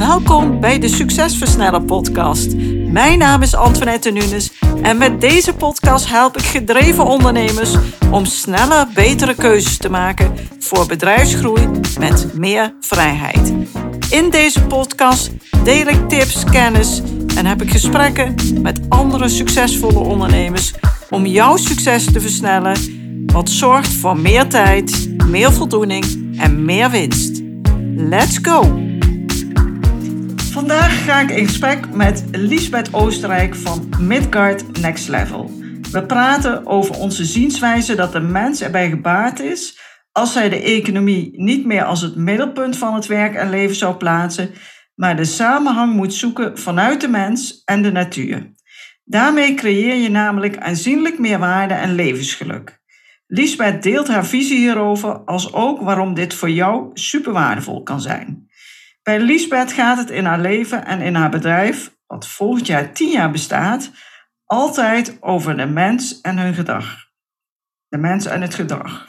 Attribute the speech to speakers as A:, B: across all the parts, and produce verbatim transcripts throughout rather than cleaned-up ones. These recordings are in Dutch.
A: Welkom bij de Succesversneller podcast. Mijn naam is Antoinette Nunes en met deze podcast help ik gedreven ondernemers om snelle, betere keuzes te maken voor bedrijfsgroei met meer vrijheid. In deze podcast deel ik tips, kennis en heb ik gesprekken met andere succesvolle ondernemers om jouw succes te versnellen, wat zorgt voor meer tijd, meer voldoening en meer winst. Let's go! Vandaag ga ik in gesprek met Liesbeth Oostenrijk van Midgard Next Level. We praten over onze zienswijze dat de mens erbij gebaat is als zij de economie niet meer als het middelpunt van het werk en leven zou plaatsen, maar de samenhang moet zoeken vanuit de mens en de natuur. Daarmee creëer je namelijk aanzienlijk meer waarde en levensgeluk. Liesbeth deelt haar visie hierover, als ook waarom dit voor jou super waardevol kan zijn. Bij Liesbeth gaat het in haar leven en in haar bedrijf, wat volgend jaar tien jaar bestaat, altijd over de mens en hun gedrag. De mens en het gedrag.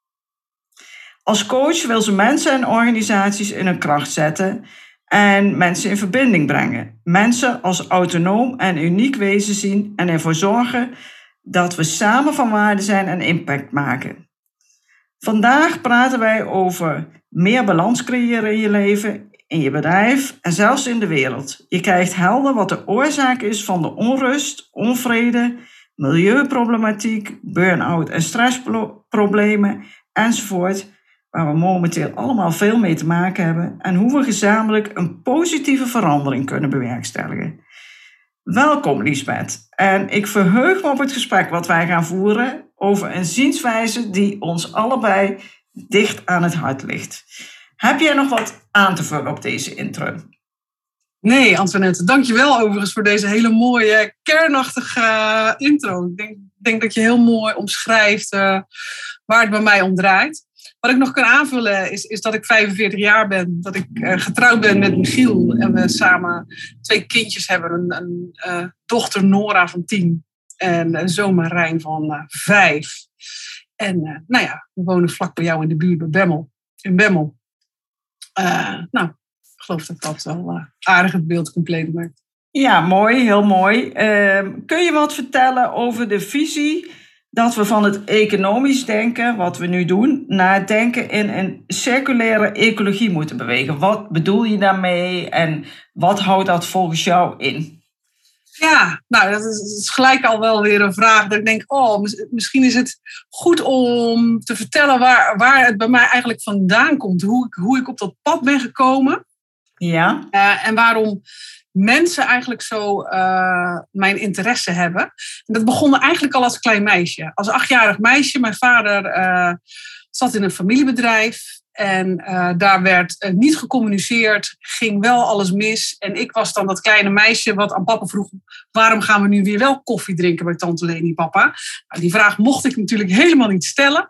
A: Als coach wil ze mensen en organisaties in hun kracht zetten en mensen in verbinding brengen. Mensen als autonoom en uniek wezen zien en ervoor zorgen dat we samen van waarde zijn en impact maken. Vandaag praten wij over meer balans creëren in je leven, in je bedrijf en zelfs in de wereld. Je krijgt helder wat de oorzaak is van de onrust, onvrede, milieuproblematiek, burn-out en stressproblemen enzovoort, waar we momenteel allemaal veel mee te maken hebben en hoe we gezamenlijk een positieve verandering kunnen bewerkstelligen. Welkom Liesbeth en ik verheug me op het gesprek wat wij gaan voeren over een zienswijze die ons allebei dicht aan het hart ligt. Heb jij nog wat aan te vullen op deze intro?
B: Nee, Antoinette, dankjewel overigens voor deze hele mooie, kernachtige intro. Ik denk, denk dat je heel mooi omschrijft uh, waar het bij mij om draait. Wat ik nog kan aanvullen is, is dat ik vijfenveertig jaar ben, dat ik uh, getrouwd ben met Michiel en we samen twee kindjes hebben. Een, een uh, dochter Nora van tien en een zoon Marijn van uh, vijf. En uh, nou ja, we wonen vlak bij jou in de buurt bij Bemmel, in Bemmel. Uh, nou, ik geloof dat dat wel uh, aardig het beeld compleet maakt.
A: Ja, mooi, heel mooi. Uh, kun je wat vertellen over de visie dat we van het economisch denken, wat we nu doen, naar het denken in een circulaire ecologie moeten bewegen? Wat bedoel je daarmee en wat houdt dat volgens jou in?
B: Ja, nou, dat is, dat is gelijk al wel weer een vraag dat ik denk, oh, misschien is het goed om te vertellen waar, waar het bij mij eigenlijk vandaan komt. Hoe ik, hoe ik op dat pad ben gekomen.
A: Ja.
B: Uh, en waarom mensen eigenlijk zo uh, mijn interesse hebben. En dat begon eigenlijk al als klein meisje. Als achtjarig meisje, mijn vader uh, zat in een familiebedrijf. En uh, daar werd uh, niet gecommuniceerd, ging wel alles mis. En ik was dan dat kleine meisje wat aan papa vroeg, waarom gaan we nu weer wel koffie drinken bij tante Leni, papa? Nou, die vraag mocht ik natuurlijk helemaal niet stellen.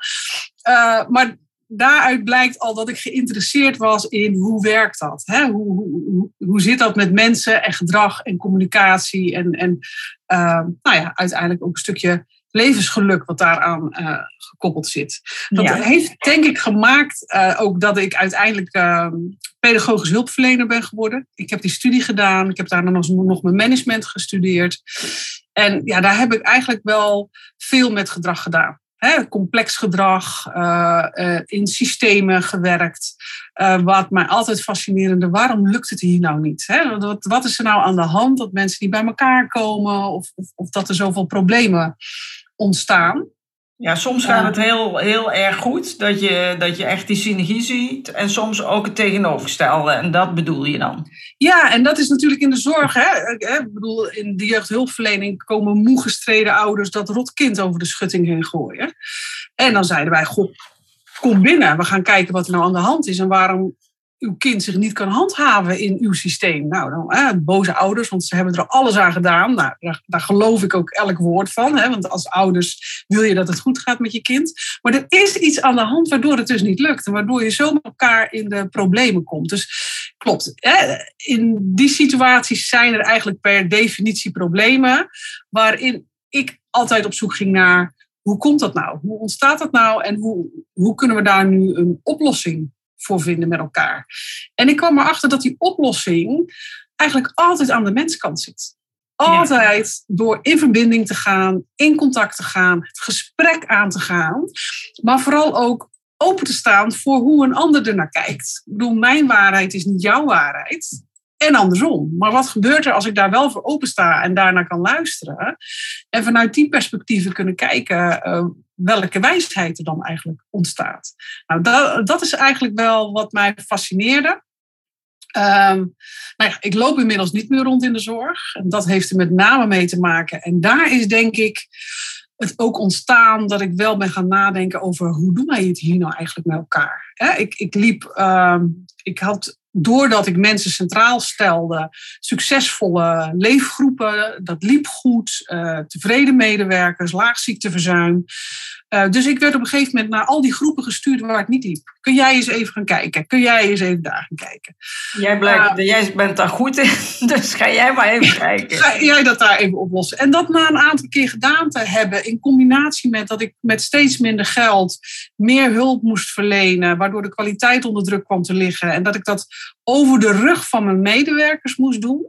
B: Uh, maar daaruit blijkt al dat ik geïnteresseerd was in hoe werkt dat? Hè? Hoe, hoe, hoe zit dat met mensen en gedrag en communicatie? En, en uh, nou ja, uiteindelijk ook een stukje levensgeluk wat daaraan uh, gekoppeld zit. Dat ja. heeft denk ik gemaakt uh, ook dat ik uiteindelijk uh, pedagogisch hulpverlener ben geworden. Ik heb die studie gedaan. Ik heb daar nog, nog mijn management gestudeerd. En ja, daar heb ik eigenlijk wel veel met gedrag gedaan. He, complex gedrag, uh, uh, in systemen gewerkt. Uh, wat mij altijd fascinerende, waarom lukt het hier nou niet? He, wat, wat is er nou aan de hand dat mensen niet bij elkaar komen of, of, of dat er zoveel problemen ontstaan?
A: Ja, soms gaat het heel, heel erg goed, dat je, dat je echt die synergie ziet. En soms ook het tegenovergestelde. En dat bedoel je dan?
B: Ja, en dat is natuurlijk in de zorg. Hè? Ik bedoel, in de jeugdhulpverlening komen moe gestreden ouders dat rotkind over de schutting heen gooien. En dan zeiden wij, goh, kom binnen. We gaan kijken wat er nou aan de hand is en waarom uw kind zich niet kan handhaven in uw systeem. Nou, dan, eh, boze ouders, want ze hebben er alles aan gedaan. Nou, daar, daar geloof ik ook elk woord van. Hè, want als ouders wil je dat het goed gaat met je kind. Maar er is iets aan de hand waardoor het dus niet lukt. En waardoor je zo met elkaar in de problemen komt. Dus klopt. Hè, in die situaties zijn er eigenlijk per definitie problemen. Waarin ik altijd op zoek ging naar, hoe komt dat nou? Hoe ontstaat dat nou? En hoe, hoe kunnen we daar nu een oplossing voor vinden met elkaar. En ik kwam erachter dat die oplossing eigenlijk altijd aan de menskant zit. Altijd ja. door in verbinding te gaan, in contact te gaan, het gesprek aan te gaan. Maar vooral ook open te staan voor hoe een ander ernaar kijkt. Ik bedoel, mijn waarheid is niet jouw waarheid. En andersom. Maar wat gebeurt er als ik daar wel voor open sta en daarnaar kan luisteren? En vanuit die perspectieven kunnen kijken uh, welke wijsheid er dan eigenlijk ontstaat. Nou, dat, dat is eigenlijk wel wat mij fascineerde. Um, nou ja, ik loop inmiddels niet meer rond in de zorg. En dat heeft er met name mee te maken. En daar is denk ik het ook ontstaan dat ik wel ben gaan nadenken over hoe doen wij het hier nou eigenlijk met elkaar. He, ik, ik liep, um, ik had, doordat ik mensen centraal stelde, succesvolle leefgroepen, dat liep goed, uh, tevreden medewerkers, laag ziekteverzuim. Uh, dus ik werd op een gegeven moment naar al die groepen gestuurd waar het niet liep. Kun jij eens even gaan kijken? Kun jij eens even daar gaan kijken?
A: Jij, blijkt, uh, jij bent daar goed in, dus ga jij maar even kijken.
B: Ga jij dat daar even oplossen? En dat na een aantal keer gedaan te hebben, in combinatie met dat ik met steeds minder geld meer hulp moest verlenen, waardoor de kwaliteit onder druk kwam te liggen en dat ik dat over de rug van mijn medewerkers moest doen,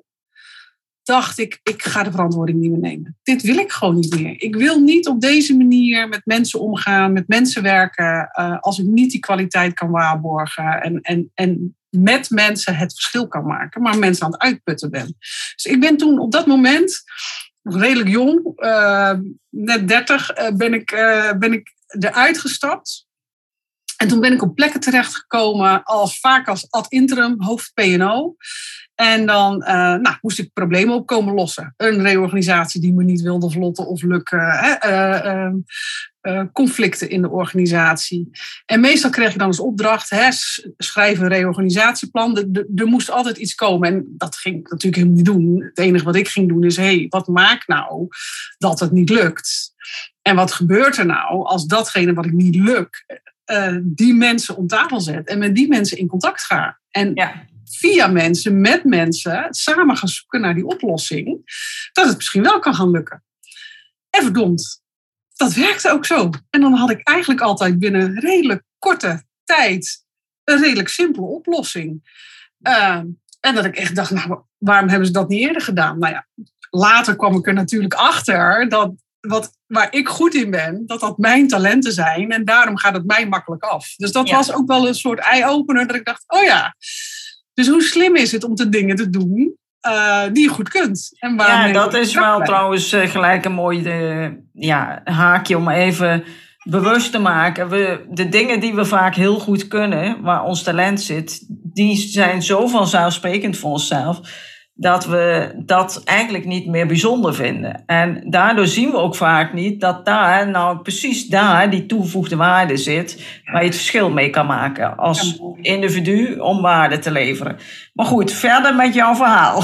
B: dacht ik, ik ga de verantwoording niet meer nemen. Dit wil ik gewoon niet meer. Ik wil niet op deze manier met mensen omgaan, met mensen werken, uh, als ik niet die kwaliteit kan waarborgen en, en, en met mensen het verschil kan maken, maar mensen aan het uitputten ben. Dus ik ben toen op dat moment, nog redelijk jong, uh, net dertig, uh, ben, ik, uh, ben ik eruit gestapt. En toen ben ik op plekken terechtgekomen als vaak als ad interim hoofd P en O. En dan uh, nou, moest ik problemen op komen lossen. Een reorganisatie die me niet wilde vlotten of lukken. Hè? Uh, uh, uh, conflicten in de organisatie. En meestal kreeg ik dan als opdracht, hè, schrijf een reorganisatieplan. Er moest altijd iets komen. En dat ging ik natuurlijk helemaal niet doen. Het enige wat ik ging doen is, hé, hey, wat maakt nou dat het niet lukt? En wat gebeurt er nou als datgene wat ik niet lukt, uh, die mensen om tafel zet en met die mensen in contact ga? En ja. via mensen, met mensen, samen gaan zoeken naar die oplossing, dat het misschien wel kan gaan lukken. En verdomd, dat werkte ook zo. En dan had ik eigenlijk altijd binnen een redelijk korte tijd een redelijk simpele oplossing. Uh, en dat ik echt dacht, nou, waarom hebben ze dat niet eerder gedaan? Nou ja, later kwam ik er natuurlijk achter dat wat, waar ik goed in ben, dat dat mijn talenten zijn. En daarom gaat het mij makkelijk af. Dus dat ja. was ook wel een soort eye-opener dat ik dacht, oh ja. Dus hoe slim is het om de dingen te doen uh, die je goed kunt? En
A: ja, dat is wel bij. trouwens uh, gelijk een mooi uh, ja, haakje om even bewust te maken. We, de dingen die we vaak heel goed kunnen, waar ons talent zit, die zijn zo vanzelfsprekend voor onszelf, dat we dat eigenlijk niet meer bijzonder vinden. En daardoor zien we ook vaak niet dat daar, nou precies daar, die toegevoegde waarde zit, waar je het verschil mee kan maken als individu om waarde te leveren. Maar goed, verder met jouw verhaal.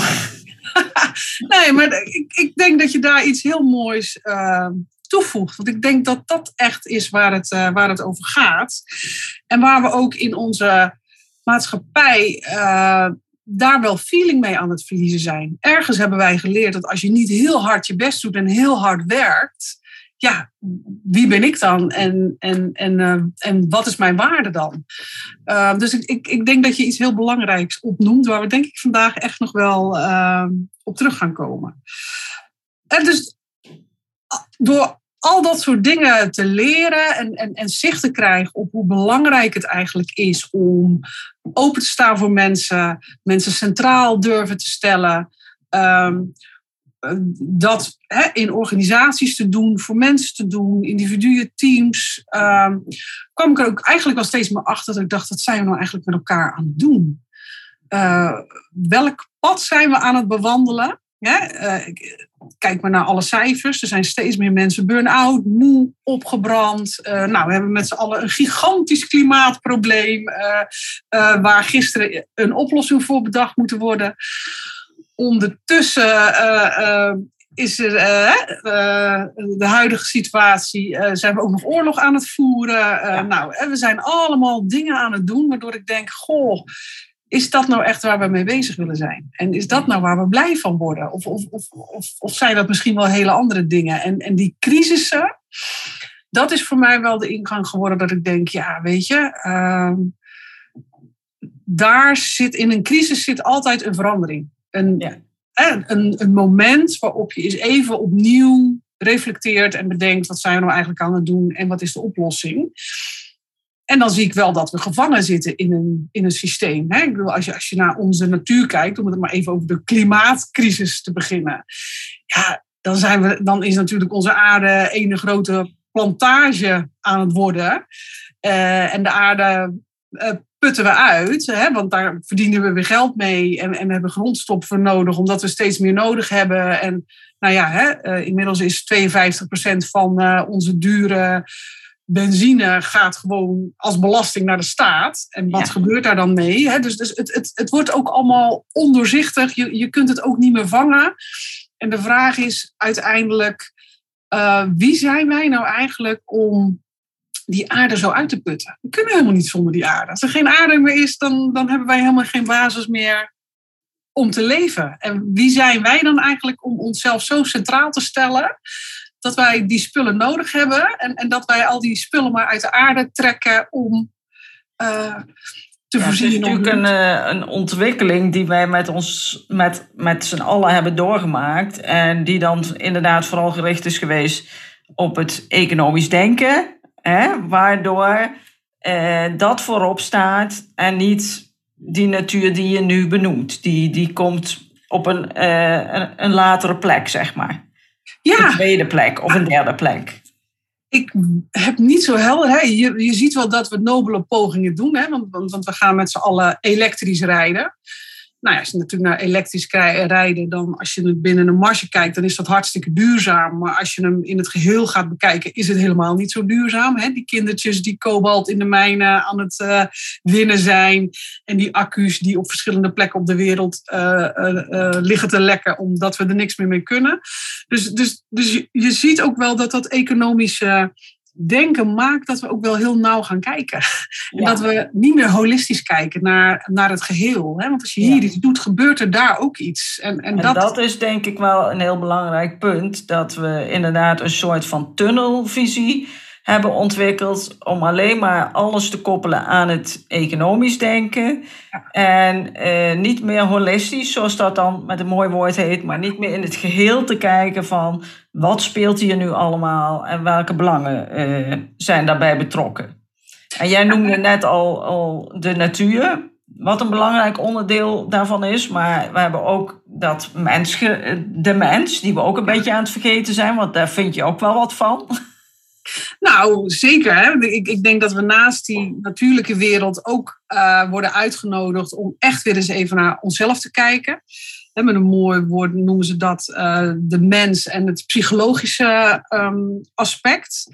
B: Nee, maar ik, ik denk dat je daar iets heel moois uh, toevoegt. Want ik denk dat dat echt is waar het, uh, waar het over gaat. En waar we ook in onze maatschappij Uh, daar wel feeling mee aan het verliezen zijn. Ergens hebben wij geleerd dat als je niet heel hard je best doet en heel hard werkt, ja, wie ben ik dan? En, en, en, uh, en wat is mijn waarde dan? Uh, dus ik, ik, ik denk dat je iets heel belangrijks opnoemt, waar we denk ik vandaag echt nog wel uh, op terug gaan komen. En dus door al dat soort dingen te leren en, en, en zicht te krijgen op hoe belangrijk het eigenlijk is om open te staan voor mensen, mensen centraal durven te stellen, um, dat he, in organisaties te doen, voor mensen te doen, individuen, teams, um, kwam ik er ook eigenlijk wel steeds meer achter dat ik dacht, wat zijn we nou eigenlijk met elkaar aan het doen? Uh, welk pad zijn we aan het bewandelen? Ja, uh, ik, kijk maar naar alle cijfers. Er zijn steeds meer mensen burn-out, moe, opgebrand. Uh, nou, we hebben met z'n allen een gigantisch klimaatprobleem, Uh, uh, waar gisteren een oplossing voor bedacht moet worden. Ondertussen uh, uh, is er uh, uh, de huidige situatie. Uh, zijn we ook nog oorlog aan het voeren. Uh, ja. Nou, we zijn allemaal dingen aan het doen waardoor ik denk, goh, is dat nou echt waar we mee bezig willen zijn? En is dat nou waar we blij van worden? Of, of, of, of, of zijn dat misschien wel hele andere dingen? En, en die crisissen, dat is voor mij wel de ingang geworden dat ik denk, ja, weet je, uh, daar zit in een crisis zit altijd een verandering. Een,
A: Ja.
B: een, een moment waarop je eens even opnieuw reflecteert en bedenkt, wat zijn we nou eigenlijk aan het doen en wat is de oplossing? En dan zie ik wel dat we gevangen zitten in een, in een systeem. Hè? Ik bedoel, als je, als je naar onze natuur kijkt, om het maar even over de klimaatcrisis te beginnen. Ja, dan, zijn we, dan is natuurlijk onze aarde een grote plantage aan het worden. Uh, en de aarde uh, putten we uit, hè? Want daar verdienen we weer geld mee en, en hebben grondstoffen voor nodig, omdat we steeds meer nodig hebben. En nou ja, hè, uh, inmiddels is tweeënvijftig procent van uh, onze dure benzine gaat gewoon als belasting naar de staat. En wat ja. gebeurt daar dan mee? Hè? Dus, dus het, het, het wordt ook allemaal ondoorzichtig. Je, je kunt het ook niet meer vangen. En de vraag is uiteindelijk, uh, wie zijn wij nou eigenlijk om die aarde zo uit te putten? We kunnen helemaal niet zonder die aarde. Als er geen aarde meer is, dan, dan hebben wij helemaal geen basis meer om te leven. En wie zijn wij dan eigenlijk om onszelf zo centraal te stellen dat wij die spullen nodig hebben en, en dat wij al die spullen maar uit de aarde trekken om uh, te
A: ja,
B: voorzien.
A: Het is natuurlijk een, uh, een ontwikkeling die wij met ons met, met z'n allen hebben doorgemaakt en die dan inderdaad vooral gericht is geweest op het economisch denken, hè, waardoor uh, dat voorop staat en niet die natuur die je nu benoemt. Die, die komt op een, uh, een, een latere plek, zeg maar. Ja. Een tweede plek of een derde plek.
B: Ik heb niet zo helder. Hè. Je, je ziet wel dat we nobele pogingen doen. Hè, want, want, want we gaan met z'n allen elektrisch rijden. Nou ja, als je natuurlijk naar elektrisch rijden, dan als je het binnen een marge kijkt, dan is dat hartstikke duurzaam. Maar als je hem in het geheel gaat bekijken, is het helemaal niet zo duurzaam. Hè? Die kindertjes die kobalt in de mijnen aan het uh, winnen zijn. En die accu's die op verschillende plekken op de wereld uh, uh, uh, liggen te lekken, omdat we er niks meer mee kunnen. Dus, dus, dus je, je ziet ook wel dat dat economische denken maakt dat we ook wel heel nauw gaan kijken. En ja. dat we niet meer holistisch kijken naar, naar het geheel. Hè? Want als je hier ja. iets doet, gebeurt er daar ook iets. En, en,
A: en
B: dat...
A: dat is denk ik wel een heel belangrijk punt. Dat we inderdaad een soort van tunnelvisie hebben ontwikkeld om alleen maar alles te koppelen aan het economisch denken. Ja. En eh, niet meer holistisch, zoals dat dan met een mooi woord heet, maar niet meer in het geheel te kijken van wat speelt hier nu allemaal en welke belangen eh, zijn daarbij betrokken. En jij noemde net al, al de natuur, wat een belangrijk onderdeel daarvan is. Maar we hebben ook dat mens, de mens, die we ook een beetje aan het vergeten zijn, want daar vind je ook wel wat van.
B: Nou, zeker. Hè? Ik, ik denk dat we naast die natuurlijke wereld ook uh, worden uitgenodigd om echt weer eens even naar onszelf te kijken. En met een mooi woord noemen ze dat uh, de mens en het psychologische um, aspect.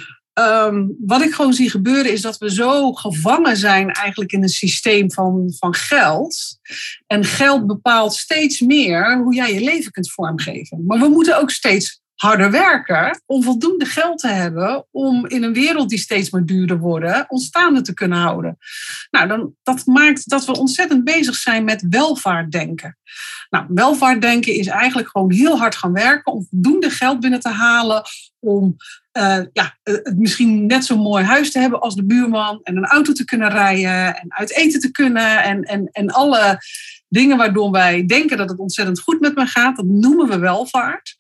B: Um, wat ik gewoon zie gebeuren is dat we zo gevangen zijn eigenlijk in een systeem van, van geld. En geld bepaalt steeds meer hoe jij je leven kunt vormgeven. Maar we moeten ook steeds harder werken om voldoende geld te hebben om in een wereld die steeds maar duurder wordt, ons staande te kunnen houden. Nou, dan, dat maakt dat we ontzettend bezig zijn met welvaartdenken. Nou, welvaartdenken is eigenlijk gewoon heel hard gaan werken om voldoende geld binnen te halen om uh, ja, het misschien net zo'n mooi huis te hebben als de buurman en een auto te kunnen rijden en uit eten te kunnen en, en, en alle dingen waardoor wij denken dat het ontzettend goed met me gaat, dat noemen we welvaart.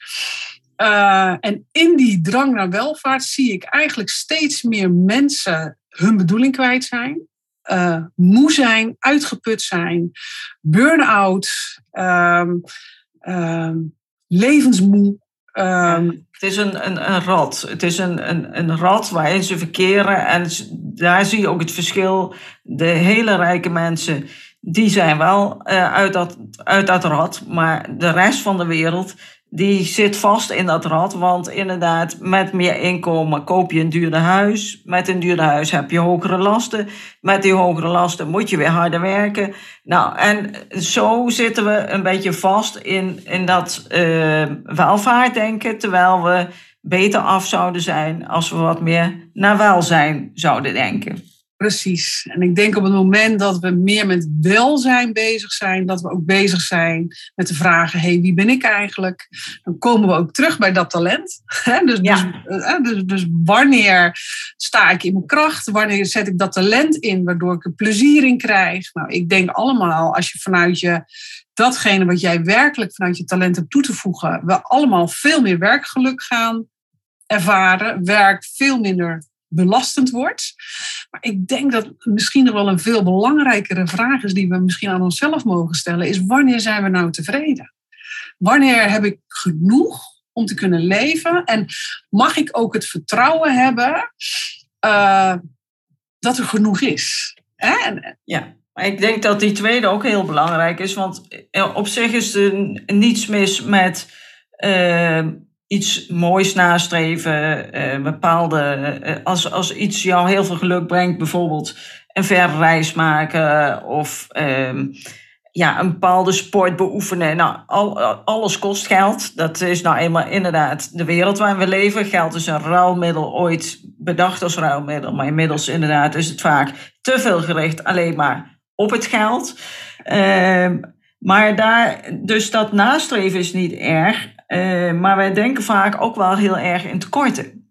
B: Uh, en in die drang naar welvaart zie ik eigenlijk steeds meer mensen hun bedoeling kwijt zijn. Uh, moe zijn, uitgeput zijn, burn-out, um, um, levensmoe. Um,
A: het is een, een, een rad. Het is een, een, een rad waarin ze verkeren. En daar zie je ook het verschil. De hele rijke mensen, die zijn wel uh, uit, dat, uit dat rad. Maar de rest van de wereld, die zit vast in dat rad. Want inderdaad, met meer inkomen koop je een duurder huis. Met een duurder huis heb je hogere lasten. Met die hogere lasten moet je weer harder werken. Nou, en zo zitten we een beetje vast in, in dat uh, welvaartdenken. Terwijl we beter af zouden zijn als we wat meer naar welzijn zouden denken.
B: Precies. En ik denk op het moment dat we meer met welzijn bezig zijn, dat we ook bezig zijn met de vragen, hey, wie ben ik eigenlijk? Dan komen we ook terug bij dat talent. Dus,
A: Ja.
B: dus, dus, dus wanneer sta ik in mijn kracht? Wanneer zet ik dat talent in, waardoor ik er plezier in krijg? Nou, ik denk allemaal, als je vanuit je datgene wat jij werkelijk vanuit je talent hebt toe te voegen, we allemaal veel meer werkgeluk gaan ervaren, werk veel minder belastend wordt. Maar ik denk dat misschien nog wel een veel belangrijkere vraag is die we misschien aan onszelf mogen stellen, is wanneer zijn we nou tevreden? Wanneer heb ik genoeg om te kunnen leven? En mag ik ook het vertrouwen hebben uh, dat er genoeg is? Hè? En,
A: ja. Maar ik denk dat die tweede ook heel belangrijk is. Want op zich is er niets mis met uh, iets moois nastreven. Uh, bepaalde, uh, als, als iets jou heel veel geluk brengt, bijvoorbeeld een verre reis maken of uh, ja, een bepaalde sport beoefenen. Nou, al, alles kost geld. Dat is nou eenmaal inderdaad de wereld waarin we leven. Geld is een ruilmiddel, ooit bedacht als ruilmiddel. Maar inmiddels inderdaad is het vaak te veel gericht alleen maar op het geld. Uh, maar daar, dus dat nastreven is niet erg. Uh, maar wij denken vaak ook wel heel erg in tekorten.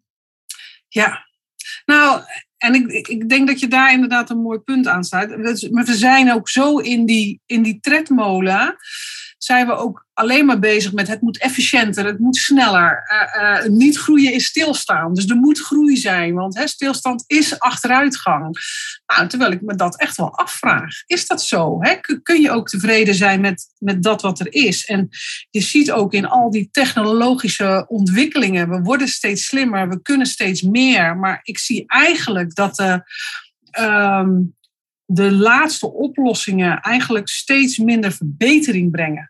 B: Ja, nou, en ik, ik denk dat je daar inderdaad een mooi punt aan staat. Maar we zijn ook zo in die, in die tredmolen, zijn we ook alleen maar bezig met het moet efficiënter, het moet sneller. Uh, uh, niet groeien is stilstaan. Dus er moet groei zijn, want hè, stilstand is achteruitgang. Nou, terwijl ik me dat echt wel afvraag. Is dat zo? Hè? Kun je ook tevreden zijn met, met dat wat er is? En je ziet ook in al die technologische ontwikkelingen, we worden steeds slimmer, we kunnen steeds meer. Maar ik zie eigenlijk dat de... Um, de laatste oplossingen eigenlijk steeds minder verbetering brengen.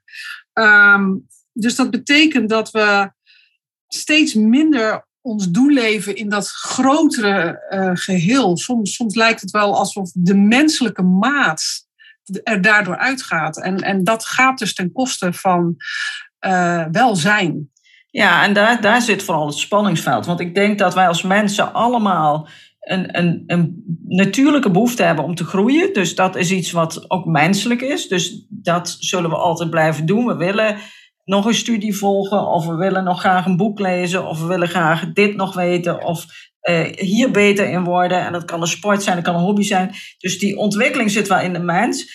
B: Um, dus dat betekent dat we steeds minder ons doelleven in dat grotere uh, geheel. Soms, soms lijkt het wel alsof de menselijke maat er daardoor uitgaat. En, en dat gaat dus ten koste van uh, welzijn.
A: Ja, en daar, daar zit vooral het spanningsveld. Want ik denk dat wij als mensen allemaal Een, een, een natuurlijke behoefte hebben om te groeien. Dus dat is iets wat ook menselijk is. Dus dat zullen we altijd blijven doen. We willen nog een studie volgen, of we willen nog graag een boek lezen, of we willen graag dit nog weten, of uh, hier beter in worden. En dat kan een sport zijn, dat kan een hobby zijn. Dus die ontwikkeling zit wel in de mens.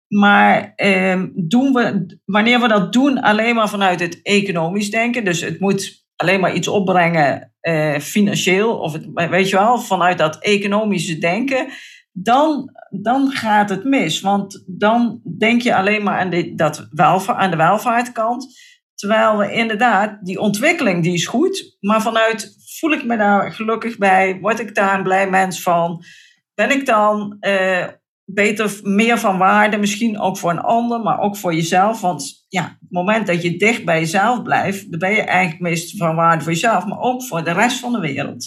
A: Maar uh, doen we, wanneer we dat doen alleen maar vanuit het economisch denken, dus het moet alleen maar iets opbrengen uh, financieel, of het, weet je wel, vanuit dat economische denken, dan, dan gaat het mis. Want dan denk je alleen maar aan de, dat welva- aan de welvaartkant, terwijl we inderdaad, die ontwikkeling die is goed, maar vanuit voel ik me daar gelukkig bij, word ik daar een blij mens van, ben ik dan uh, beter, meer van waarde, misschien ook voor een ander, maar ook voor jezelf. Want ja, op het moment dat je dicht bij jezelf blijft, dan ben je eigenlijk meest van waarde voor jezelf, maar ook voor de rest van de wereld.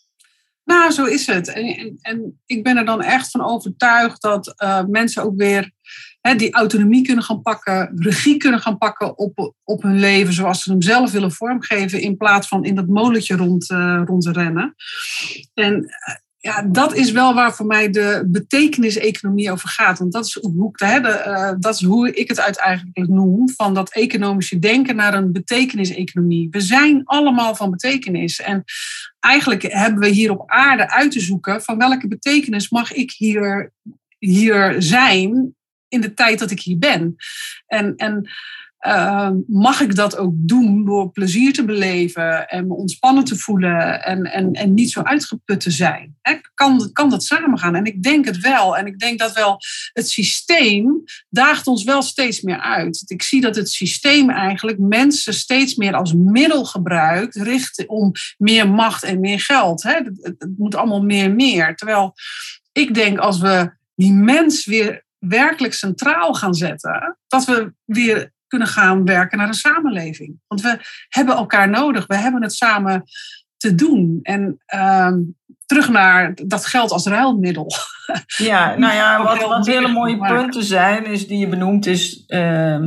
B: Nou, zo is het. En, en, en ik ben er dan echt van overtuigd dat uh, mensen ook weer hè, die autonomie kunnen gaan pakken, regie kunnen gaan pakken op, op hun leven, zoals ze hem zelf willen vormgeven, in plaats van in dat molentje rond, uh, rond te rennen. En uh, ja, dat is wel waar voor mij de betekenis-economie over gaat. Want dat is hoe, hè, de, uh, dat is hoe ik het uiteindelijk noem. Van dat economische denken naar een betekenis-economie. We zijn allemaal van betekenis. En eigenlijk hebben we hier op aarde uit te zoeken van welke betekenis mag ik hier, hier zijn in de tijd dat ik hier ben. En... en Uh, mag ik dat ook doen door plezier te beleven en me ontspannen te voelen en, en, en niet zo uitgeput te zijn? He, kan, kan dat samengaan? En ik denk het wel. En ik denk dat wel het systeem daagt ons wel steeds meer uit. Ik zie dat het systeem eigenlijk mensen steeds meer als middel gebruikt, richt om meer macht en meer geld. He, het, het, het moet allemaal meer en meer. Terwijl ik denk als we die mens weer werkelijk centraal gaan zetten, dat we weer kunnen gaan werken naar een samenleving. Want we hebben elkaar nodig. We hebben het samen te doen. En uh, terug naar dat geld als ruilmiddel.
A: Ja, nou ja, wat, wat hele mooie punten zijn, is die je benoemt, is uh,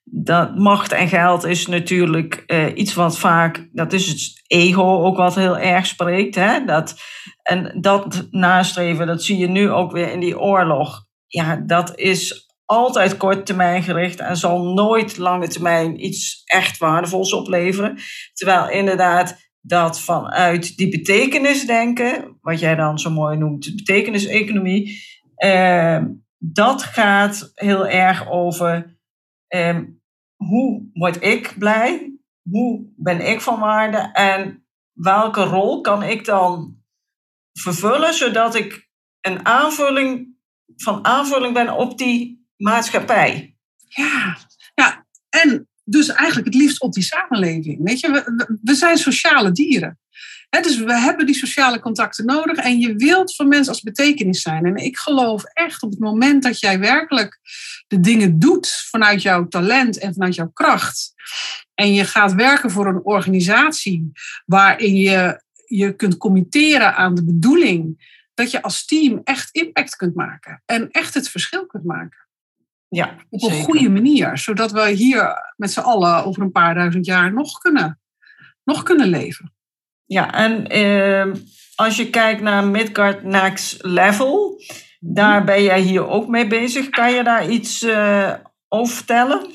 A: dat macht en geld is natuurlijk uh, iets wat vaak, dat is het ego ook wat heel erg spreekt. Hè? Dat, en dat nastreven, dat zie je nu ook weer in die oorlog. Ja, dat is altijd kort termijn gericht en zal nooit lange termijn iets echt waardevols opleveren. Terwijl inderdaad dat vanuit die betekenisdenken, wat jij dan zo mooi noemt, de betekeniseconomie, uh, dat gaat heel erg over uh, hoe word ik blij, hoe ben ik van waarde en welke rol kan ik dan vervullen, zodat ik een aanvulling van aanvulling ben op die maatschappij.
B: Ja, ja, en dus eigenlijk het liefst op die samenleving. Weet je, we, we zijn sociale dieren. He, dus we hebben die sociale contacten nodig en je wilt voor mensen als betekenis zijn. En ik geloof echt op het moment dat jij werkelijk de dingen doet vanuit jouw talent en vanuit jouw kracht. En je gaat werken voor een organisatie waarin je je kunt committeren aan de bedoeling dat je als team echt impact kunt maken. En echt het verschil kunt maken.
A: Ja,
B: op een
A: zeker.
B: goede manier. Zodat we hier met z'n allen over een paar duizend jaar nog kunnen, nog kunnen leven.
A: Ja, en eh, als je kijkt naar Midgard Next Level, daar ben jij hier ook mee bezig. Kan je daar iets uh, over vertellen?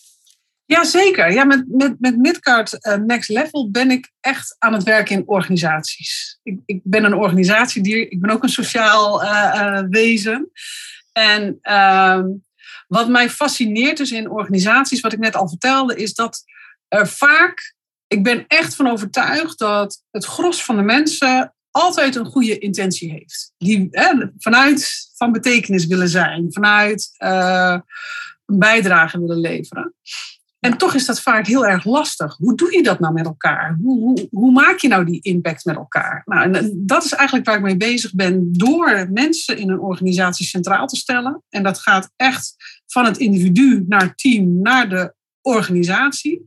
B: Jazeker. Ja, met, met, met Midgard uh, Next Level ben ik echt aan het werken in organisaties. Ik, ik ben een organisatiedier. Ik ben ook een sociaal uh, uh, wezen. En uh, wat mij fascineert dus in organisaties, wat ik net al vertelde, is dat er vaak... Ik ben echt van overtuigd dat het gros van de mensen altijd een goede intentie heeft. Die hè, vanuit van betekenis willen zijn. Vanuit uh, een bijdrage willen leveren. En toch is dat vaak heel erg lastig. Hoe doe je dat nou met elkaar? Hoe, hoe, hoe maak je nou die impact met elkaar? Nou, en dat is eigenlijk waar ik mee bezig ben. Door mensen in een organisatie centraal te stellen. En dat gaat echt van het individu naar het team, naar de organisatie.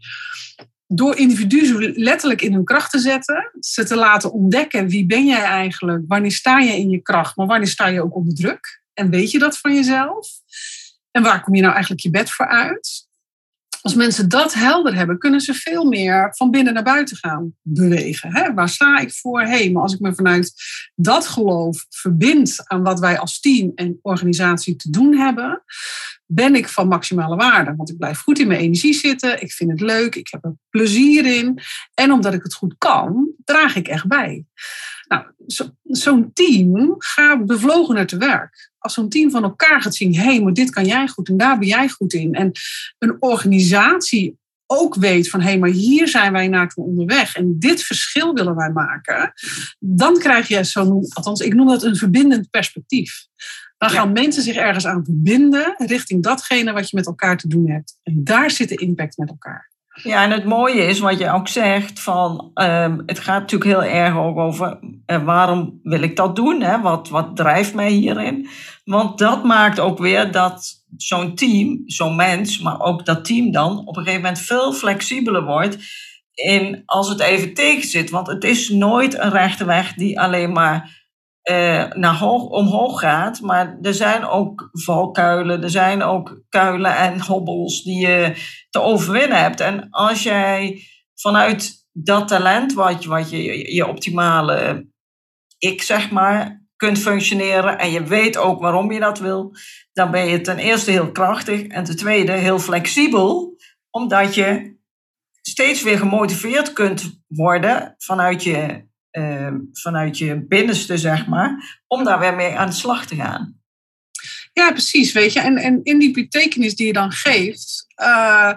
B: Door individuen letterlijk in hun kracht te zetten. Ze te laten ontdekken wie ben jij eigenlijk. Wanneer sta je in je kracht, maar wanneer sta je ook onder druk? En weet je dat van jezelf? En waar kom je nou eigenlijk je bed voor uit? Als mensen dat helder hebben, kunnen ze veel meer van binnen naar buiten gaan bewegen. Hè? Waar sta ik voor? Hey, maar als ik me vanuit dat geloof verbind aan wat wij als team en organisatie te doen hebben, ben ik van maximale waarde. Want ik blijf goed in mijn energie zitten, ik vind het leuk, ik heb er plezier in. En omdat ik het goed kan, draag ik echt bij. Nou, zo, zo'n team gaat bevlogener te werk. Als zo'n team van elkaar gaat zien, hé, hey, maar dit kan jij goed en daar ben jij goed in. En een organisatie ook weet van, hé, hey, maar hier zijn wij naartoe onderweg en dit verschil willen wij maken. Dan krijg je zo'n, althans ik noem dat een verbindend perspectief. Dan gaan ja. mensen zich ergens aan verbinden richting datgene wat je met elkaar te doen hebt. En daar zit de impact met elkaar.
A: Ja, en het mooie is wat je ook zegt, van, um, het gaat natuurlijk heel erg ook over uh, waarom wil ik dat doen? Hè? Wat, wat drijft mij hierin? Want dat maakt ook weer dat zo'n team, zo'n mens, maar ook dat team dan op een gegeven moment veel flexibeler wordt in als het even tegen zit. Want het is nooit een rechte weg die alleen maar Uh, naar hoog, omhoog gaat. Maar er zijn ook valkuilen, er zijn ook kuilen en hobbels die je te overwinnen hebt. En als jij vanuit dat talent, wat je, wat je, je optimale ik zeg maar, kunt functioneren en je weet ook waarom je dat wil, dan ben je ten eerste heel krachtig en ten tweede heel flexibel, omdat je steeds weer gemotiveerd kunt worden vanuit je Uh, vanuit je binnenste, zeg maar, om daar weer mee aan de slag te gaan.
B: Ja, precies, weet je. En, en in die betekenis die je dan geeft, uh,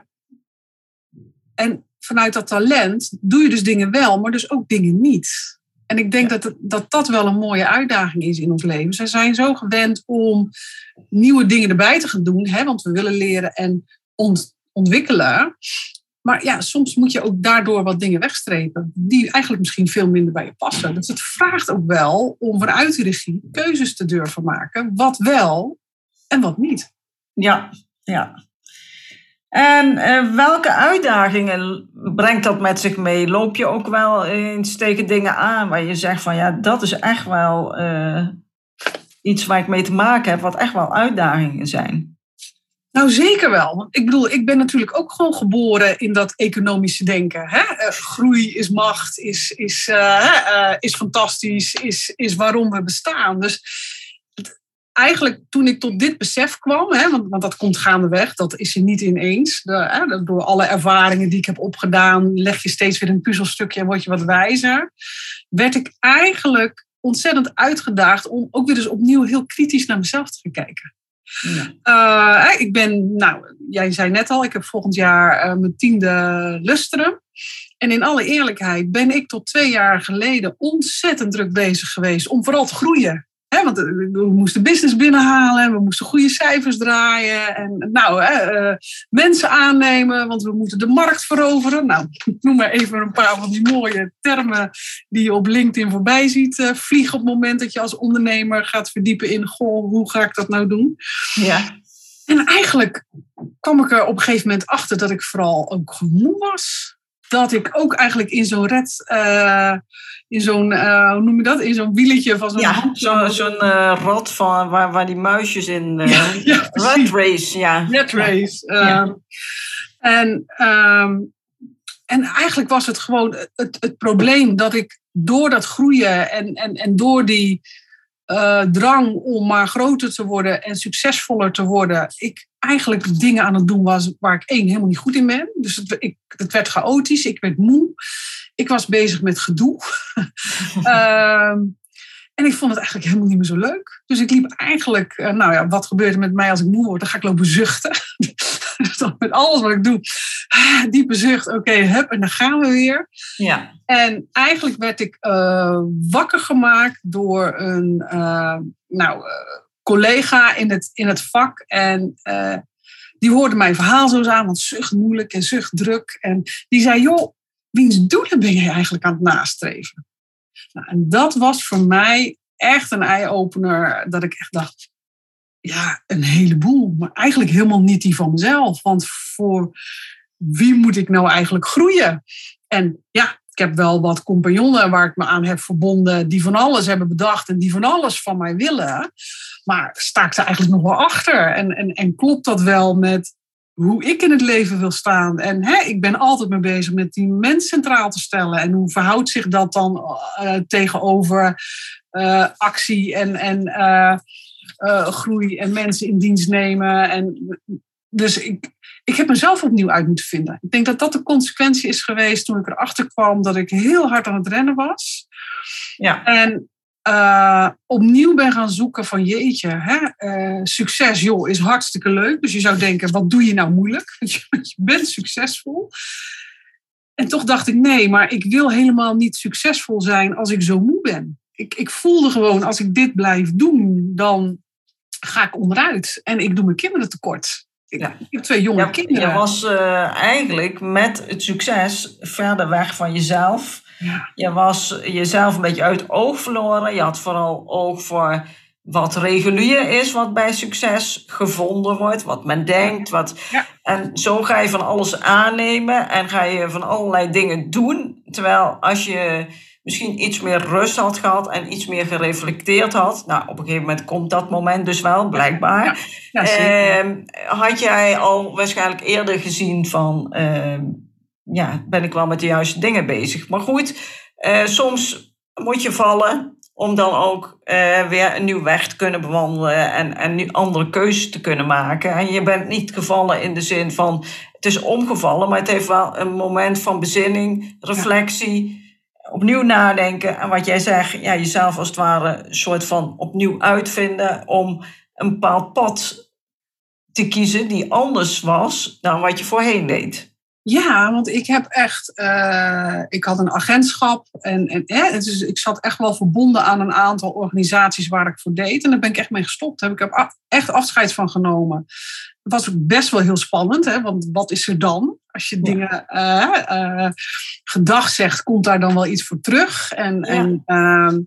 B: en vanuit dat talent doe je dus dingen wel, maar dus ook dingen niet. En ik denk ja. dat, dat dat wel een mooie uitdaging is in ons leven. Ze zijn zo gewend om nieuwe dingen erbij te gaan doen, hè, want we willen leren en ont, ontwikkelen. Maar ja, soms moet je ook daardoor wat dingen wegstrepen die eigenlijk misschien veel minder bij je passen. Dus het vraagt ook wel om vanuit de regie keuzes te durven maken. Wat wel en wat niet.
A: Ja, ja. En uh, welke uitdagingen brengt dat met zich mee? Loop je ook wel eens tegen dingen aan waar je zegt van ja, dat is echt wel uh, iets waar ik mee te maken heb, wat echt wel uitdagingen zijn?
B: Nou, zeker wel. Want ik bedoel, ik ben natuurlijk ook gewoon geboren in dat economische denken. Hè? Uh, groei is macht, is, is, uh, uh, is fantastisch, is, is waarom we bestaan. Dus eigenlijk toen ik tot dit besef kwam, hè, want, want dat komt gaandeweg, dat is er niet ineens. De, hè, door alle ervaringen die ik heb opgedaan, leg je steeds weer een puzzelstukje en word je wat wijzer. Werd ik eigenlijk ontzettend uitgedaagd om ook weer eens opnieuw heel kritisch naar mezelf te gaan kijken. Ja. Uh, ik ben, nou, jij zei net al, ik heb volgend jaar uh, mijn tiende lustrum. En in alle eerlijkheid ben ik tot twee jaar geleden ontzettend druk bezig geweest om vooral te groeien. He, want we moesten business binnenhalen, we moesten goede cijfers draaien. En nou, he, uh, mensen aannemen, want we moeten de markt veroveren. Nou, ik noem maar even een paar van die mooie termen die je op LinkedIn voorbij ziet uh, vliegen op het moment dat je als ondernemer gaat verdiepen in, goh, hoe ga ik dat nou doen?
A: Ja.
B: En eigenlijk kwam ik er op een gegeven moment achter dat ik vooral ook moe was. Dat ik ook eigenlijk in zo'n red, uh, in zo'n, uh, hoe noem je dat? In zo'n wieletje van zo'n...
A: Ja, zo, zo'n uh, rad van, waar, waar die muisjes in... Uh,
B: ja, ja,
A: red race, ja.
B: Red race. Ja.
A: Ja.
B: Um, en, um, en eigenlijk was het gewoon het, het probleem dat ik door dat groeien en, en, en door die uh, drang om maar groter te worden en succesvoller te worden, ik eigenlijk dingen aan het doen was waar ik één helemaal niet goed in ben. Dus het, ik, het werd chaotisch, ik werd moe. Ik was bezig met gedoe. um, en ik vond het eigenlijk helemaal niet meer zo leuk. Dus ik liep eigenlijk, uh, nou ja, wat gebeurt er met mij als ik moe word? Dan ga ik lopen zuchten. Dus met alles wat ik doe, diepe zucht, oké, okay, hup, en dan gaan we weer.
A: Ja.
B: En eigenlijk werd ik uh, wakker gemaakt door een, uh, nou... Uh, collega in het, in het vak. En uh, die hoorde mijn verhaal zo eens aan, want zucht moeilijk en zucht druk. En die zei, joh, wiens doelen ben je eigenlijk aan het nastreven? Nou, en dat was voor mij echt een eye-opener, dat ik echt dacht, ja, een heleboel. Maar eigenlijk helemaal niet die van mezelf. Want voor wie moet ik nou eigenlijk groeien? En ja, ik heb wel wat compagnonnen waar ik me aan heb verbonden, die van alles hebben bedacht en die van alles van mij willen. Maar sta ik er eigenlijk nog wel achter? En, en, en klopt dat wel met hoe ik in het leven wil staan? En hè, ik ben altijd mee bezig met die mens centraal te stellen. En hoe verhoudt zich dat dan uh, tegenover uh, actie en, en uh, uh, groei en mensen in dienst nemen? En, dus ik... Ik heb mezelf opnieuw uit moeten vinden. Ik denk dat dat de consequentie is geweest toen ik erachter kwam dat ik heel hard aan het rennen was.
A: Ja.
B: En uh, opnieuw ben gaan zoeken van jeetje, hè, uh, succes joh, is hartstikke leuk. Dus je zou denken, wat doe je nou moeilijk? Je bent succesvol. En toch dacht ik, nee, maar ik wil helemaal niet succesvol zijn als ik zo moe ben. Ik, ik voelde gewoon, als ik dit blijf doen, dan ga ik onderuit. En ik doe mijn kinderen tekort. Ik,
A: ja.
B: ik heb twee jonge
A: ja,
B: kinderen.
A: Je was uh, eigenlijk met het succes verder weg van jezelf.
B: Ja.
A: Je was jezelf een beetje uit het oog verloren. Je had vooral oog voor wat regulier is, wat bij succes gevonden wordt. Wat men denkt. Wat...
B: Ja.
A: En zo ga je van alles aannemen en ga je van allerlei dingen doen. Terwijl als je misschien iets meer rust had gehad en iets meer gereflecteerd had. Nou, op een gegeven moment komt dat moment dus wel, blijkbaar.
B: Ja, ja,
A: uh, had jij al waarschijnlijk eerder gezien van, uh, ja, ben ik wel met de juiste dingen bezig. Maar goed, uh, soms moet je vallen om dan ook uh, weer een nieuw weg te kunnen bewandelen en, en nu andere keuzes te kunnen maken. En je bent niet gevallen in de zin van, het is omgevallen, maar het heeft wel een moment van bezinning, reflectie, ja. Opnieuw nadenken. En wat jij zegt, ja, jezelf als het ware een soort van opnieuw uitvinden om een bepaald pad te kiezen die anders was dan wat je voorheen deed.
B: Ja, want ik heb echt, uh, ik had een agentschap en, en eh, dus ik zat echt wel verbonden aan een aantal organisaties waar ik voor deed. En daar ben ik echt mee gestopt. Daar heb ik er echt afscheid van genomen. Het was ook best wel heel spannend, hè, want wat is er dan? Als je ja. dingen uh, uh, gedag zegt, komt daar dan wel iets voor terug? En, ja. en, uh,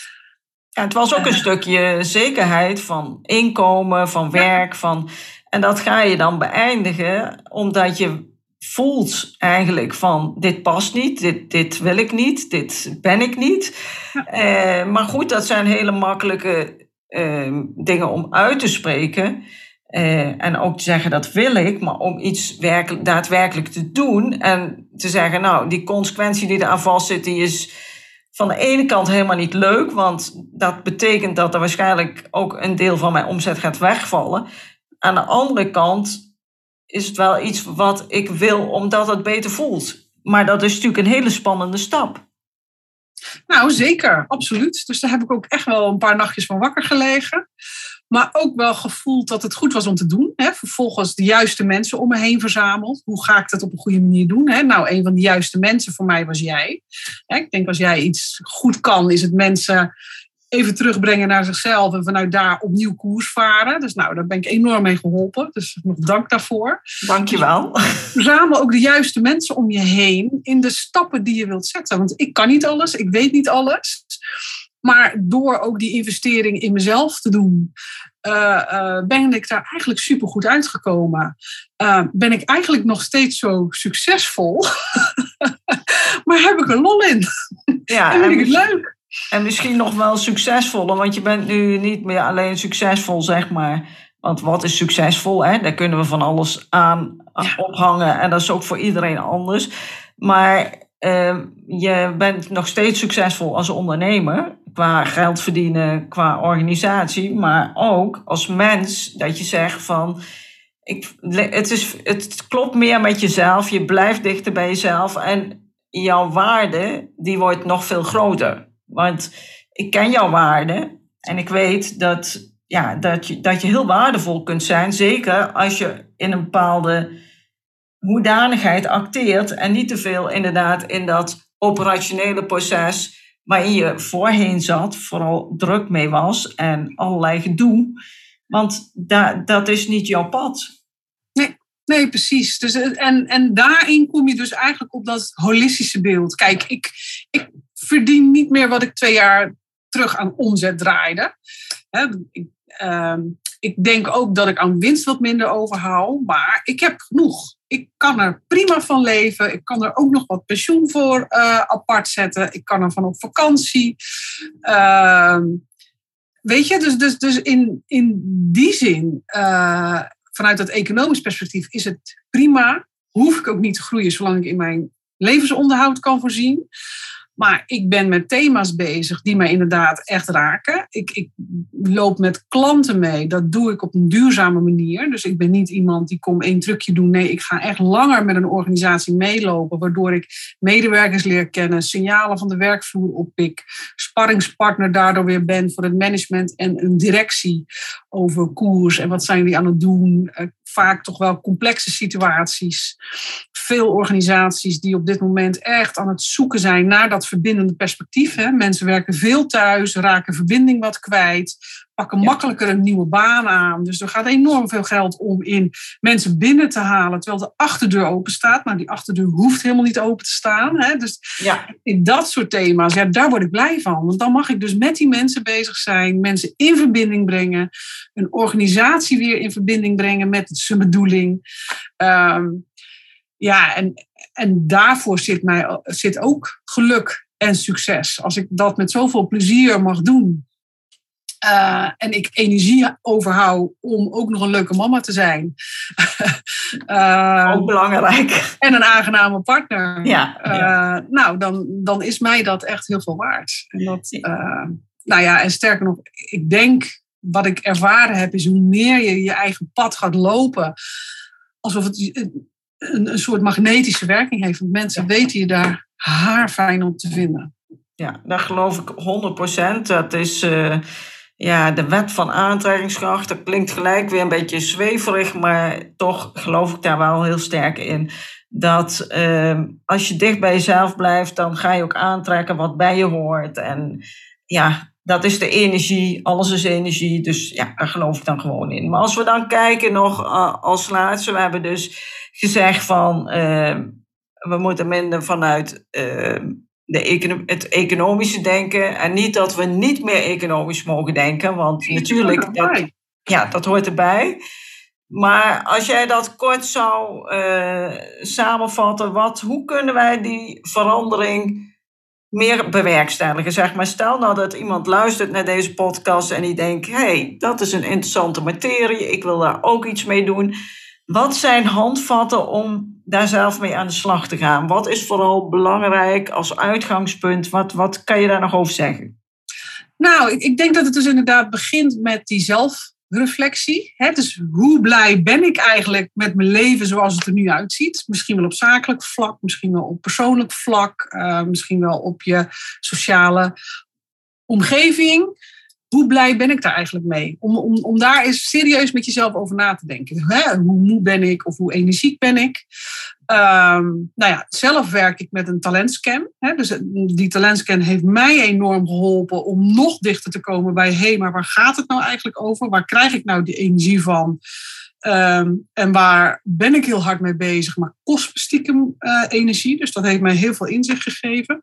A: ja, het was ook een uh, stukje zekerheid van inkomen, van werk. Ja. Van, en dat ga je dan beëindigen omdat je voelt eigenlijk van dit past niet, dit, dit wil ik niet, dit ben ik niet. Ja. Uh, maar goed, dat zijn hele makkelijke uh, dingen om uit te spreken. Uh, en ook te zeggen dat wil ik, maar om iets werkelijk, daadwerkelijk te doen. En te zeggen, nou, die consequentie die eraan vast zit, die is van de ene kant helemaal niet leuk. Want dat betekent dat er waarschijnlijk ook een deel van mijn omzet gaat wegvallen. Aan de andere kant is het wel iets wat ik wil omdat het beter voelt. Maar dat is natuurlijk een hele spannende stap.
B: Nou, zeker. Absoluut. Dus daar heb ik ook echt wel een paar nachtjes van wakker gelegen. Maar ook wel gevoeld dat het goed was om te doen. Hè. Vervolgens de juiste mensen om me heen verzameld. Hoe ga ik dat op een goede manier doen? Hè? Nou, een van de juiste mensen voor mij was jij. Ik denk als jij iets goed kan, is het mensen even terugbrengen naar zichzelf. En vanuit daar opnieuw koers varen. Dus nou, daar ben ik enorm mee geholpen. Dus nog dank daarvoor.
A: Dankjewel.
B: Verzamel ook de juiste mensen om je heen in de stappen die je wilt zetten. Want ik kan niet alles, ik weet niet alles. Maar door ook die investering in mezelf te doen, uh, uh, ben ik daar eigenlijk supergoed uitgekomen. Uh, ben ik eigenlijk nog steeds zo succesvol. Maar heb ik er lol in.
A: Ja,
B: en vind ik het leuk.
A: En misschien nog wel succesvoller, want je bent nu niet meer alleen succesvol, zeg maar. Want wat is succesvol? Hè? Daar kunnen we van alles aan ja. ophangen. En dat is ook voor iedereen anders. Maar uh, je bent nog steeds succesvol als ondernemer. Qua geld verdienen, qua organisatie. Maar ook als mens dat je zegt van... Ik, het, is, het klopt meer met jezelf. Je blijft dichter bij jezelf. En jouw waarde, die wordt nog veel groter. Want ik ken jouw waarde. En ik weet dat, ja, dat, je, dat je heel waardevol kunt zijn. Zeker als je in een bepaalde hoedanigheid acteert. En niet te veel inderdaad in dat operationele proces... waarin je voorheen zat, vooral druk mee was en allerlei gedoe. Want da- dat is niet jouw pad.
B: Nee, nee precies. Dus, en, en daarin kom je dus eigenlijk op dat holistische beeld. Kijk, ik, ik verdien niet meer wat ik twee jaar terug aan omzet draaide. He, ik, uh, ik denk ook dat ik aan winst wat minder overhoud. Maar ik heb genoeg. Ik kan er prima van leven. Ik kan er ook nog wat pensioen voor uh, apart zetten. Ik kan er van op vakantie. Uh, weet je, dus, dus, dus in, in die zin, uh, vanuit dat economisch perspectief, is het prima. Hoef ik ook niet te groeien zolang ik in mijn levensonderhoud kan voorzien. Maar ik ben met thema's bezig die mij inderdaad echt raken. Ik, ik loop met klanten mee. Dat doe ik op een duurzame manier. Dus ik ben niet iemand die kom één trucje doen. Nee, ik ga echt langer met een organisatie meelopen. Waardoor ik medewerkers leer kennen. Signalen van de werkvloer oppik. Sparringspartner daardoor weer ben voor het management en een directie over koers. En wat zijn die aan het doen? Vaak toch wel complexe situaties. Veel organisaties die op dit moment echt aan het zoeken zijn naar dat verbindende perspectief. Hè. Mensen werken veel thuis, raken verbinding wat kwijt, pakken ja. makkelijker een nieuwe baan aan. Dus er gaat enorm veel geld om in mensen binnen te halen, terwijl de achterdeur open staat. Maar die achterdeur hoeft helemaal niet open te staan. Hè. Dus ja. in dat soort thema's, ja, daar word ik blij van. Want dan mag ik dus met die mensen bezig zijn, mensen in verbinding brengen, een organisatie weer in verbinding brengen met zijn bedoeling. Um, ja, en, en daarvoor zit, mij, zit ook geluk en succes. Als ik dat met zoveel plezier mag doen. Uh, en ik energie overhoud om ook nog een leuke mama te zijn.
A: uh, ook belangrijk.
B: En een aangename partner.
A: Ja, ja.
B: Uh, nou, dan, dan is mij dat echt heel veel waard. En dat, uh, nou ja, en sterker nog, ik denk, wat ik ervaren heb, is hoe meer je je eigen pad gaat lopen, alsof het een, een soort magnetische werking heeft. Want mensen ja. weten je daar haarfijn op te vinden.
A: Ja, daar geloof ik honderd procent. Dat is uh, ja, de wet van aantrekkingskracht. Dat klinkt gelijk weer een beetje zweverig, maar toch geloof ik daar wel heel sterk in. Dat uh, als je dicht bij jezelf blijft, dan ga je ook aantrekken wat bij je hoort. En ja, dat is de energie. Alles is energie. Dus ja, daar geloof ik dan gewoon in. Maar als we dan kijken nog uh, als laatste. We hebben dus gezegd van uh, we moeten minder vanuit uh, de econo- het economische denken. En niet dat we niet meer economisch mogen denken. Want natuurlijk, dat, ja, dat hoort erbij. Maar als jij dat kort zou uh, samenvatten. Wat, hoe kunnen wij die verandering meer bewerkstelligen? Zeg maar, stel nou dat iemand luistert naar deze podcast en die denkt, hé, hey, dat is een interessante materie, ik wil daar ook iets mee doen. Wat zijn handvatten om daar zelf mee aan de slag te gaan? Wat is vooral belangrijk als uitgangspunt? Wat, wat kan je daar nog over zeggen?
B: Nou, ik, ik denk dat het dus inderdaad begint met die zelfreflectie. Hè? Dus hoe blij ben ik eigenlijk met mijn leven zoals het er nu uitziet? Misschien wel op zakelijk vlak, misschien wel op persoonlijk vlak, uh, misschien wel op je sociale omgeving. Hoe blij ben ik daar eigenlijk mee? Om, om, om daar eens serieus met jezelf over na te denken. Hè? Hoe moe ben ik of hoe energiek ben ik? Um, nou ja, zelf werk ik met een talentscan. Hè? Dus die talentscan heeft mij enorm geholpen om nog dichter te komen bij, hé, maar waar gaat het nou eigenlijk over? Waar krijg ik nou die energie van? Um, en waar ben ik heel hard mee bezig? Maar kost stiekem uh, energie. Dus dat heeft mij heel veel inzicht gegeven.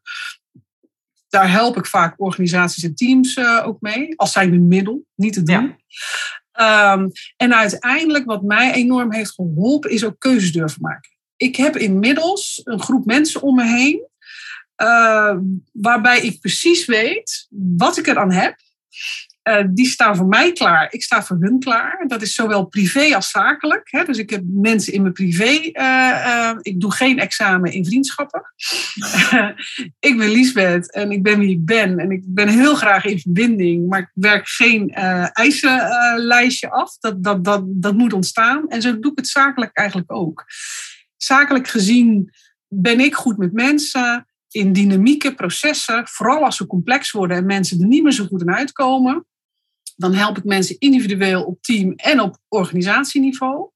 B: Daar help ik vaak organisaties en teams uh, ook mee. Als zijn een middel, niet het doen. Ja. Um, en uiteindelijk wat mij enorm heeft geholpen is ook keuzes durven maken. Ik heb inmiddels een groep mensen om me heen. Uh, waarbij ik precies weet wat ik eraan heb. Uh, die staan voor mij klaar. Ik sta voor hun klaar. Dat is zowel privé als zakelijk. Hè? Dus ik heb mensen in mijn privé. Uh, uh, ik doe geen examen in vriendschappen. Uh, ik ben Liesbeth en ik ben wie ik ben. En ik ben heel graag in verbinding. Maar ik werk geen uh, eisenlijstje uh, af. Dat, dat, dat, dat moet ontstaan. En zo doe ik het zakelijk eigenlijk ook. Zakelijk gezien ben ik goed met mensen. In dynamieke processen. Vooral als ze complex worden en mensen er niet meer zo goed aan uitkomen. Dan help ik mensen individueel op team- en op organisatieniveau.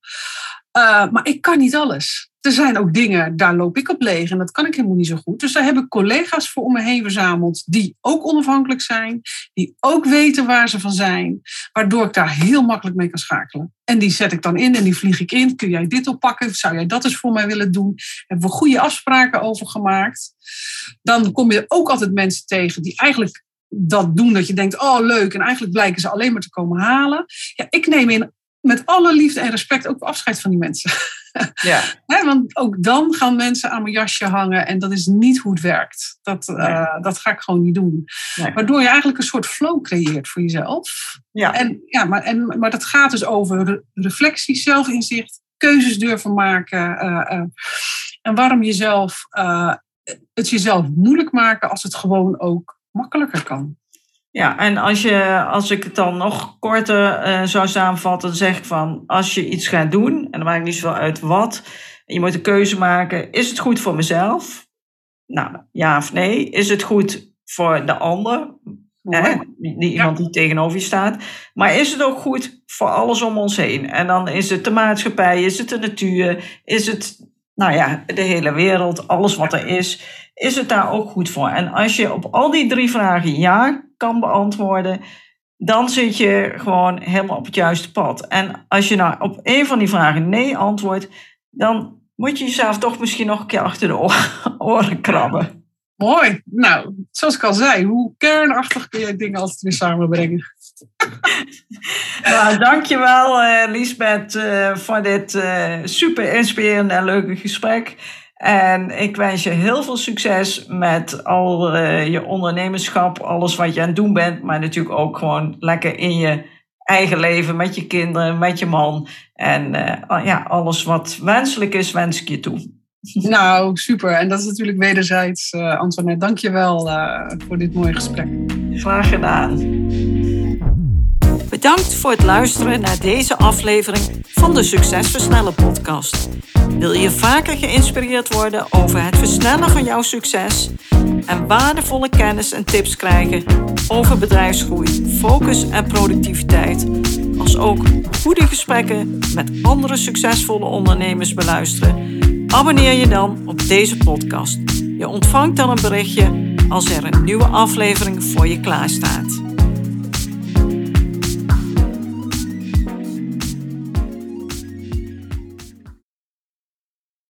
B: Uh, maar ik kan niet alles. Er zijn ook dingen, daar loop ik op leeg en dat kan ik helemaal niet zo goed. Dus daar heb ik collega's voor om me heen verzameld die ook onafhankelijk zijn. Die ook weten waar ze van zijn. Waardoor ik daar heel makkelijk mee kan schakelen. En die zet ik dan in en die vlieg ik in. Kun jij dit oppakken? Zou jij dat eens voor mij willen doen? Hebben we goede afspraken over gemaakt? Dan kom je ook altijd mensen tegen die eigenlijk dat doen dat je denkt, oh leuk. En eigenlijk blijken ze alleen maar te komen halen. Ja, ik neem in met alle liefde en respect ook afscheid van die mensen. Ja. He, want ook dan gaan mensen aan mijn jasje hangen en dat is niet hoe het werkt. Dat, nee. uh, dat ga ik gewoon niet doen. Nee. Waardoor je eigenlijk een soort flow creëert voor jezelf. Ja. En, ja, maar, en, maar dat gaat dus over reflectie, zelfinzicht, keuzes durven maken. Uh, uh, en waarom jezelf, uh, het jezelf moeilijk maken als het gewoon ook makkelijker kan.
A: Ja, en als, je, als ik het dan nog korter uh, zou samenvatten, dan zeg ik van, als je iets gaat doen, en dan maakt niet zoveel uit wat, en je moet een keuze maken, is het goed voor mezelf? Nou, ja of nee. Is het goed voor de ander? Hè? Die, iemand die tegenover je staat. Maar is het ook goed voor alles om ons heen? En dan is het de maatschappij, is het de natuur, is het, nou ja, de hele wereld, alles wat er is, is het daar ook goed voor? En als je op al die drie vragen ja kan beantwoorden, dan zit je gewoon helemaal op het juiste pad. En als je nou op één van die vragen nee antwoordt, dan moet je jezelf toch misschien nog een keer achter de oren krabben.
B: Mooi. Nou, zoals ik al zei, hoe kernachtig kun je dingen altijd weer samenbrengen.
A: Nou, dankjewel uh, Liesbeth uh, voor dit uh, super inspirerende en leuke gesprek. En ik wens je heel veel succes met al uh, je ondernemerschap, alles wat je aan het doen bent. Maar natuurlijk ook gewoon lekker in je eigen leven, met je kinderen, met je man. En uh, ja, alles wat wenselijk is, wens ik je toe.
B: Nou, super. En dat is natuurlijk wederzijds, uh, Antoinette. Dank je wel uh, voor dit mooie gesprek.
A: Graag gedaan. Bedankt voor het luisteren naar deze aflevering van de Succesversnellen podcast. Wil je vaker geïnspireerd worden over het versnellen van jouw succes en waardevolle kennis en tips krijgen over bedrijfsgroei, focus en productiviteit, als ook goede gesprekken met andere succesvolle ondernemers beluisteren? Abonneer je dan op deze podcast. Je ontvangt dan een berichtje als er een nieuwe aflevering voor je klaar staat.